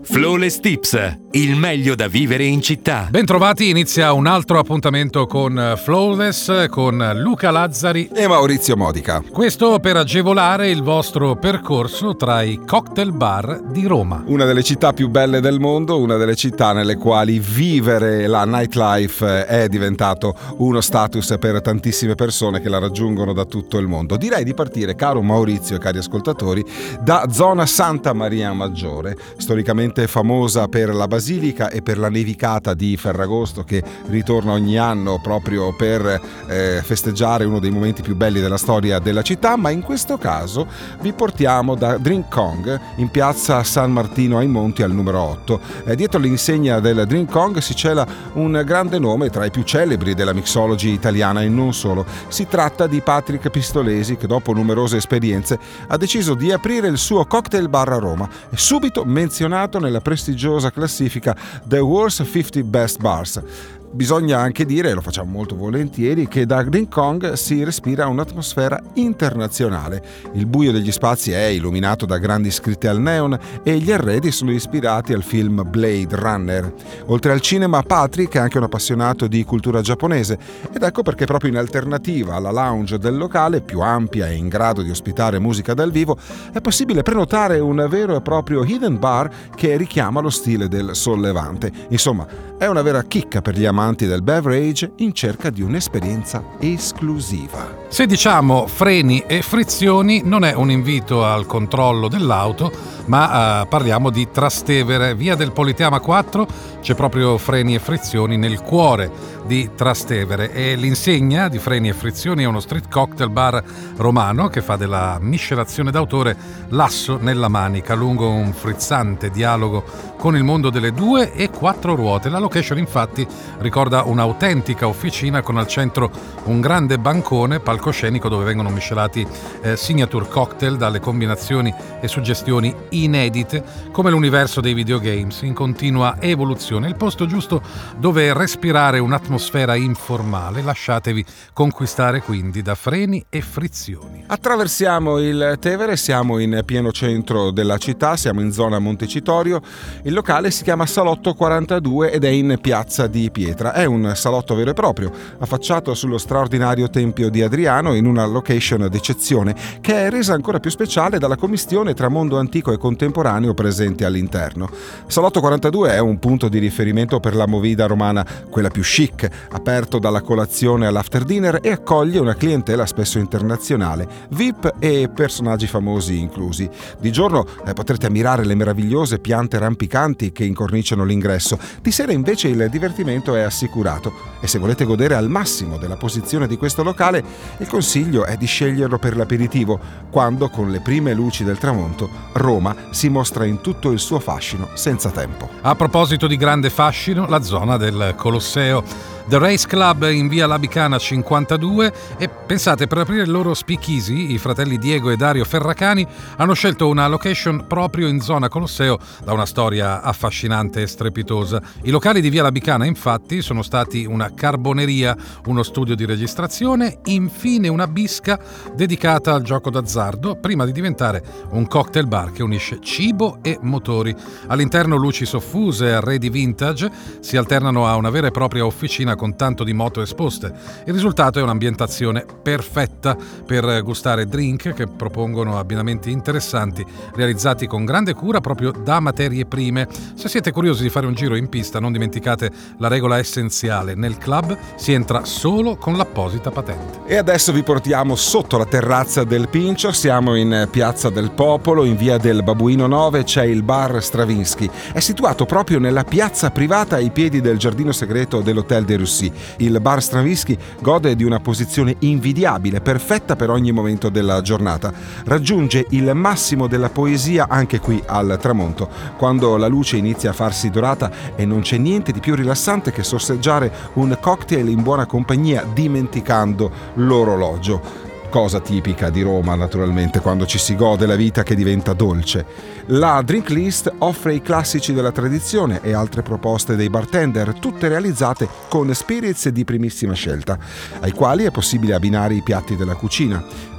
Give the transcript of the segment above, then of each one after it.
Flawless Tips, il meglio da vivere in città. Bentrovati, inizia un altro appuntamento con Flawless, con Luca Lazzari e Maurizio Modica. Questo per agevolare il vostro percorso tra i cocktail bar di Roma. Una delle città più belle del mondo, una delle città nelle quali vivere la nightlife è diventato uno status per tantissime persone che la raggiungono da tutto il mondo. Direi di partire, caro Maurizio e cari ascoltatori, da zona Santa Maria Maggiore, storicamente famosa per la basilica e per la nevicata di Ferragosto che ritorna ogni anno proprio per festeggiare uno dei momenti più belli della storia della città, ma in questo caso vi portiamo da Drink Kong in piazza San Martino ai Monti al numero 8. Dietro l'insegna del Drink Kong si cela un grande nome tra i più celebri della mixology italiana e non solo. Si tratta di Patrick Pistolesi, che dopo numerose esperienze ha deciso di aprire il suo cocktail bar a Roma e subito menzionato nella prestigiosa classifica The World's 50 Best Bars. Bisogna anche dire, e lo facciamo molto volentieri, che da Drink Kong si respira un'atmosfera internazionale. Il buio degli spazi è illuminato da grandi scritte al neon e gli arredi sono ispirati al film Blade Runner. Oltre al cinema, Patrick è anche un appassionato di cultura giapponese ed ecco perché proprio in alternativa alla lounge del locale, più ampia e in grado di ospitare musica dal vivo, è possibile prenotare un vero e proprio hidden bar che richiama lo stile del sollevante. Insomma, è una vera chicca per gli amanti del beverage in cerca di un'esperienza esclusiva. Se diciamo freni e frizioni non è un invito al controllo dell'auto, ma parliamo di Trastevere, via del Politeama 4, c'è proprio Freni e Frizioni nel cuore di Trastevere e l'insegna di Freni e Frizioni è uno street cocktail bar romano che fa della miscelazione d'autore l'asso nella manica lungo un frizzante dialogo con il mondo delle 2 e 4 ruote. La location infatti ricorda un'autentica officina con al centro un grande bancone palcoscenico dove vengono miscelati signature cocktail dalle combinazioni e suggestioni inedite come l'universo dei videogames in continua evoluzione, il posto giusto dove respirare un'atmosfera informale. Lasciatevi conquistare quindi da Freni e Frizioni. Attraversiamo il Tevere, siamo in pieno centro della città, siamo in zona Montecitorio. Il locale si chiama Salotto 42 ed è in piazza di Pietra. È un salotto vero e proprio, affacciato sullo straordinario Tempio di Adriano in una location d'eccezione che è resa ancora più speciale dalla commistione tra mondo antico e contemporaneo presente all'interno. Salotto 42 è un punto di riferimento per la movida romana, quella più chic, aperto dalla colazione all'after dinner e accoglie una clientela spesso internazionale, VIP e personaggi famosi inclusi. Di giorno potrete ammirare le meravigliose piante rampicanti che incorniciano l'ingresso, di sera invece il divertimento è assicurato e se volete godere al massimo della posizione di questo locale, il consiglio è di sceglierlo per l'aperitivo, quando con le prime luci del tramonto Roma si mostra in tutto il suo fascino senza tempo. A proposito di grande fascino, la zona del Colosseo, The Race Club in via Labicana 52 e pensate, per aprire il loro speakeasy i fratelli Diego e Dario Ferracani hanno scelto una location proprio in zona Colosseo da una storia affascinante e strepitosa. I locali di via Labicana infatti sono stati una carboneria, uno studio di registrazione, infine una bisca dedicata al gioco d'azzardo prima di diventare un cocktail bar che unisce cibo e motori. All'interno luci soffuse e arredi vintage si alternano a una vera e propria officina con tanto di moto esposte. Il risultato è un'ambientazione perfetta per gustare drink che propongono abbinamenti interessanti realizzati con grande cura proprio da materie prime. Se siete curiosi di fare un giro in pista non dimenticate la regola essenziale: nel club si entra solo con l'apposita patente. E adesso vi portiamo sotto la terrazza del Pincio, siamo in Piazza del Popolo, in via del Babuino 9 c'è il bar Stravinsky. È situato proprio nella piazza privata ai piedi del giardino segreto dell'Hotel de Russie. Il bar Stravinsky gode di una posizione invidiabile, perfetta per ogni momento della giornata. Raggiunge il massimo della poesia anche qui al tramonto, quando la luce inizia a farsi dorata e non c'è niente di più rilassante che sorseggiare un cocktail in buona compagnia dimenticando l'orologio. Cosa tipica di Roma, naturalmente, quando ci si gode la vita che diventa dolce. La drink list offre i classici della tradizione e altre proposte dei bartender, tutte realizzate con spirits di primissima scelta, ai quali è possibile abbinare i piatti della cucina.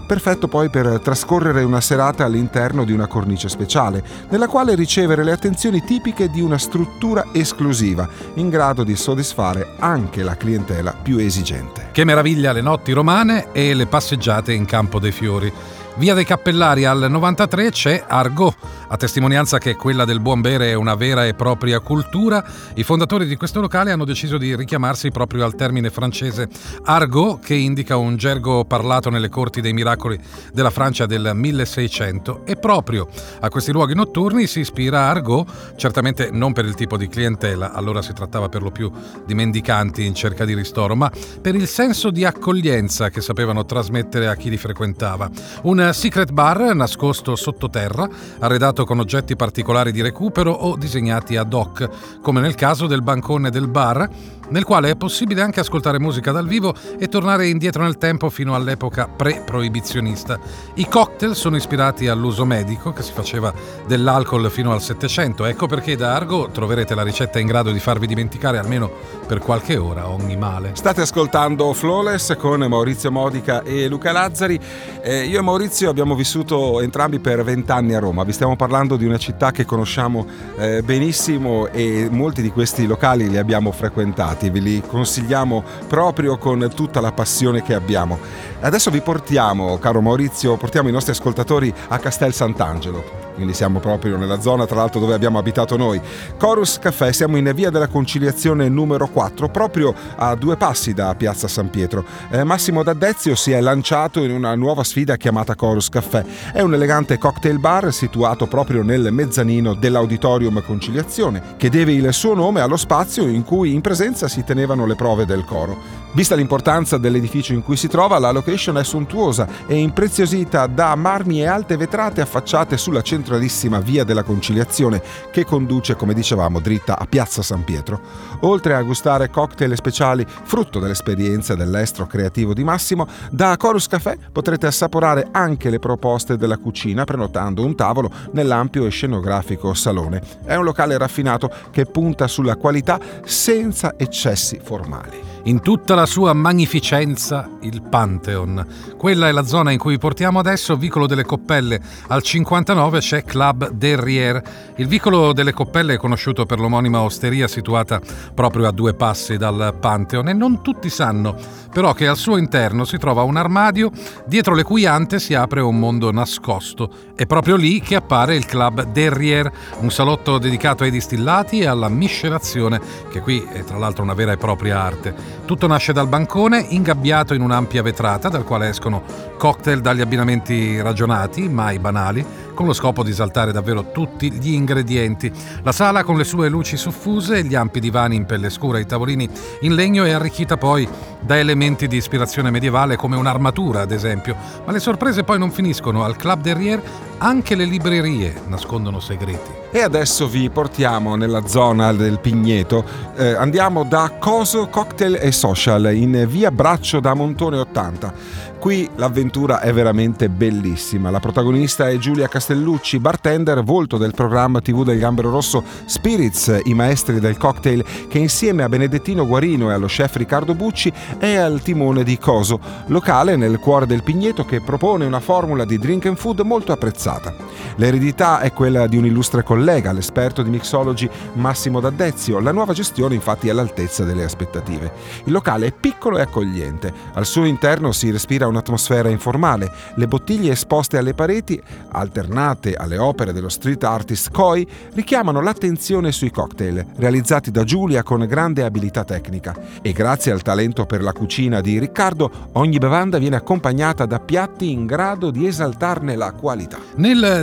perfetto poi per trascorrere una serata all'interno di una cornice speciale, nella quale ricevere le attenzioni tipiche di una struttura esclusiva, in grado di soddisfare anche la clientela più esigente. Che meraviglia le notti romane e le passeggiate in Campo dei Fiori. Via dei Cappellari al 93 c'è Argot, a testimonianza che quella del buon bere è una vera e propria cultura. I fondatori di questo locale hanno deciso di richiamarsi proprio al termine francese Argot, che indica un gergo parlato nelle corti dei miracoli della Francia del 1600, e proprio a questi luoghi notturni si ispira Argot, certamente non per il tipo di clientela, allora si trattava per lo più di mendicanti in cerca di ristoro, ma per il senso di accoglienza che sapevano trasmettere a chi li frequentava. Un secret bar nascosto sottoterra, arredato con oggetti particolari di recupero o disegnati ad hoc, come nel caso del bancone del bar, nel quale è possibile anche ascoltare musica dal vivo e tornare indietro nel tempo fino all'epoca pre-proibizionista. I cocktail sono ispirati all'uso medico che si faceva dell'alcol fino al Settecento, ecco perché da Argot troverete la ricetta in grado di farvi dimenticare almeno per qualche ora ogni male. State ascoltando Flawless con Maurizio Modica e Luca Lazzari. Io e Maurizio abbiamo vissuto entrambi per 20 anni a Roma. Vi stiamo parlando di una città che conosciamo benissimo e molti di questi locali li abbiamo frequentati. Ve li consigliamo proprio con tutta la passione che abbiamo. Adesso vi portiamo, caro Maurizio, portiamo i nostri ascoltatori a Castel Sant'Angelo. Quindi siamo proprio nella zona, tra l'altro, dove abbiamo abitato noi. Chorus Café, siamo in via della Conciliazione numero 4, proprio a 2 passi da Piazza San Pietro. Massimo D'Addezio si è lanciato in una nuova sfida chiamata Chorus Café. È un elegante cocktail bar situato proprio nel mezzanino dell'Auditorium Conciliazione, che deve il suo nome allo spazio in cui in presenza si tenevano le prove del coro. Vista l'importanza dell'edificio in cui si trova, la location è sontuosa e impreziosita da marmi e alte vetrate affacciate sulla centralissima via della Conciliazione, che conduce, come dicevamo, dritta a Piazza San Pietro. Oltre a gustare cocktail speciali frutto dell'esperienza dell'estro creativo di Massimo, da Chorus Café potrete assaporare anche le proposte della cucina prenotando un tavolo nell'ampio e scenografico salone. È un locale raffinato che punta sulla qualità senza eccessi formali. In tutta la sua magnificenza, il Pantheon. Quella è la zona in cui vi portiamo adesso, Vicolo delle Coppelle. Al 59 c'è Club Derrière. Il Vicolo delle Coppelle è conosciuto per l'omonima osteria situata proprio a 2 passi dal Pantheon, e non tutti sanno però che al suo interno si trova un armadio dietro le cui ante si apre un mondo nascosto. È proprio lì che appare il Club Derrière, un salotto dedicato ai distillati e alla miscelazione, che qui è tra l'altro una vera e propria arte. Tutto nasce dal bancone, ingabbiato in un'ampia vetrata, dal quale escono cocktail dagli abbinamenti ragionati, mai banali, con lo scopo di esaltare davvero tutti gli ingredienti. La sala, con le sue luci suffuse, gli ampi divani in pelle scura e i tavolini in legno, è arricchita poi da elementi di ispirazione medievale come un'armatura, ad esempio. Ma le sorprese poi non finiscono. Al Club Derrière anche le librerie nascondono segreti. E adesso vi portiamo nella zona del Pigneto. Andiamo da Coso Cocktail e Social in via Braccio da Montone 80. Qui l'avventura è veramente bellissima. La protagonista è Giulia Castellucci, bartender, volto del programma TV del Gambero Rosso Spirits, i maestri del cocktail, che insieme a Benedettino Guarino e allo chef Riccardo Bucci è al timone di Coso, locale nel cuore del Pigneto che propone una formula di drink and food molto apprezzata. L'eredità è quella di un illustre collega, l'esperto di mixology Massimo D'Addezio. La nuova gestione infatti è all'altezza delle aspettative. Il locale è piccolo e accogliente. Al suo interno si respira un'atmosfera informale. Le bottiglie esposte alle pareti, alternate alle opere dello street artist Koi, richiamano l'attenzione sui cocktail, realizzati da Giulia con grande abilità tecnica. E grazie al talento per la cucina di Riccardo, ogni bevanda viene accompagnata da piatti in grado di esaltarne la qualità. Nel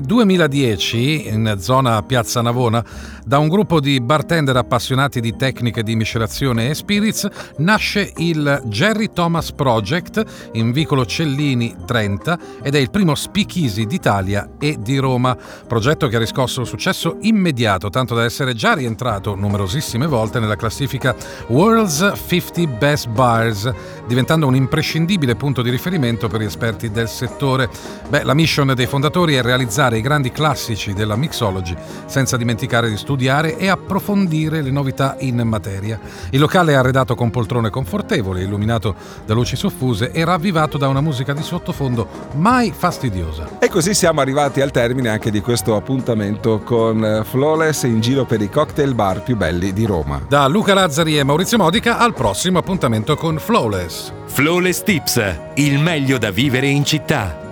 2010, in zona Piazza Navona, da un gruppo di bartender appassionati di tecniche di miscelazione e spirits, nasce il Jerry Thomas Project in vicolo Cellini 30 ed è il primo speakeasy d'Italia e di Roma. Progetto che ha riscosso successo immediato, tanto da essere già rientrato numerosissime volte nella classifica World's 50 Best Bars, diventando un imprescindibile punto di riferimento per gli esperti del settore. La mission dei fondatori è realizzare i grandi classici della mixology senza dimenticare di studiare e approfondire le novità in materia. Il locale è arredato con poltrone confortevoli, illuminato da luci soffuse e ravvivato da una musica di sottofondo mai fastidiosa. E così siamo arrivati al termine anche di questo appuntamento con Flawless in giro per i cocktail bar più belli di Roma. Da Luca Lazzari e Maurizio Modica al prossimo appuntamento con Flawless. Flawless Tips, il meglio da vivere in città.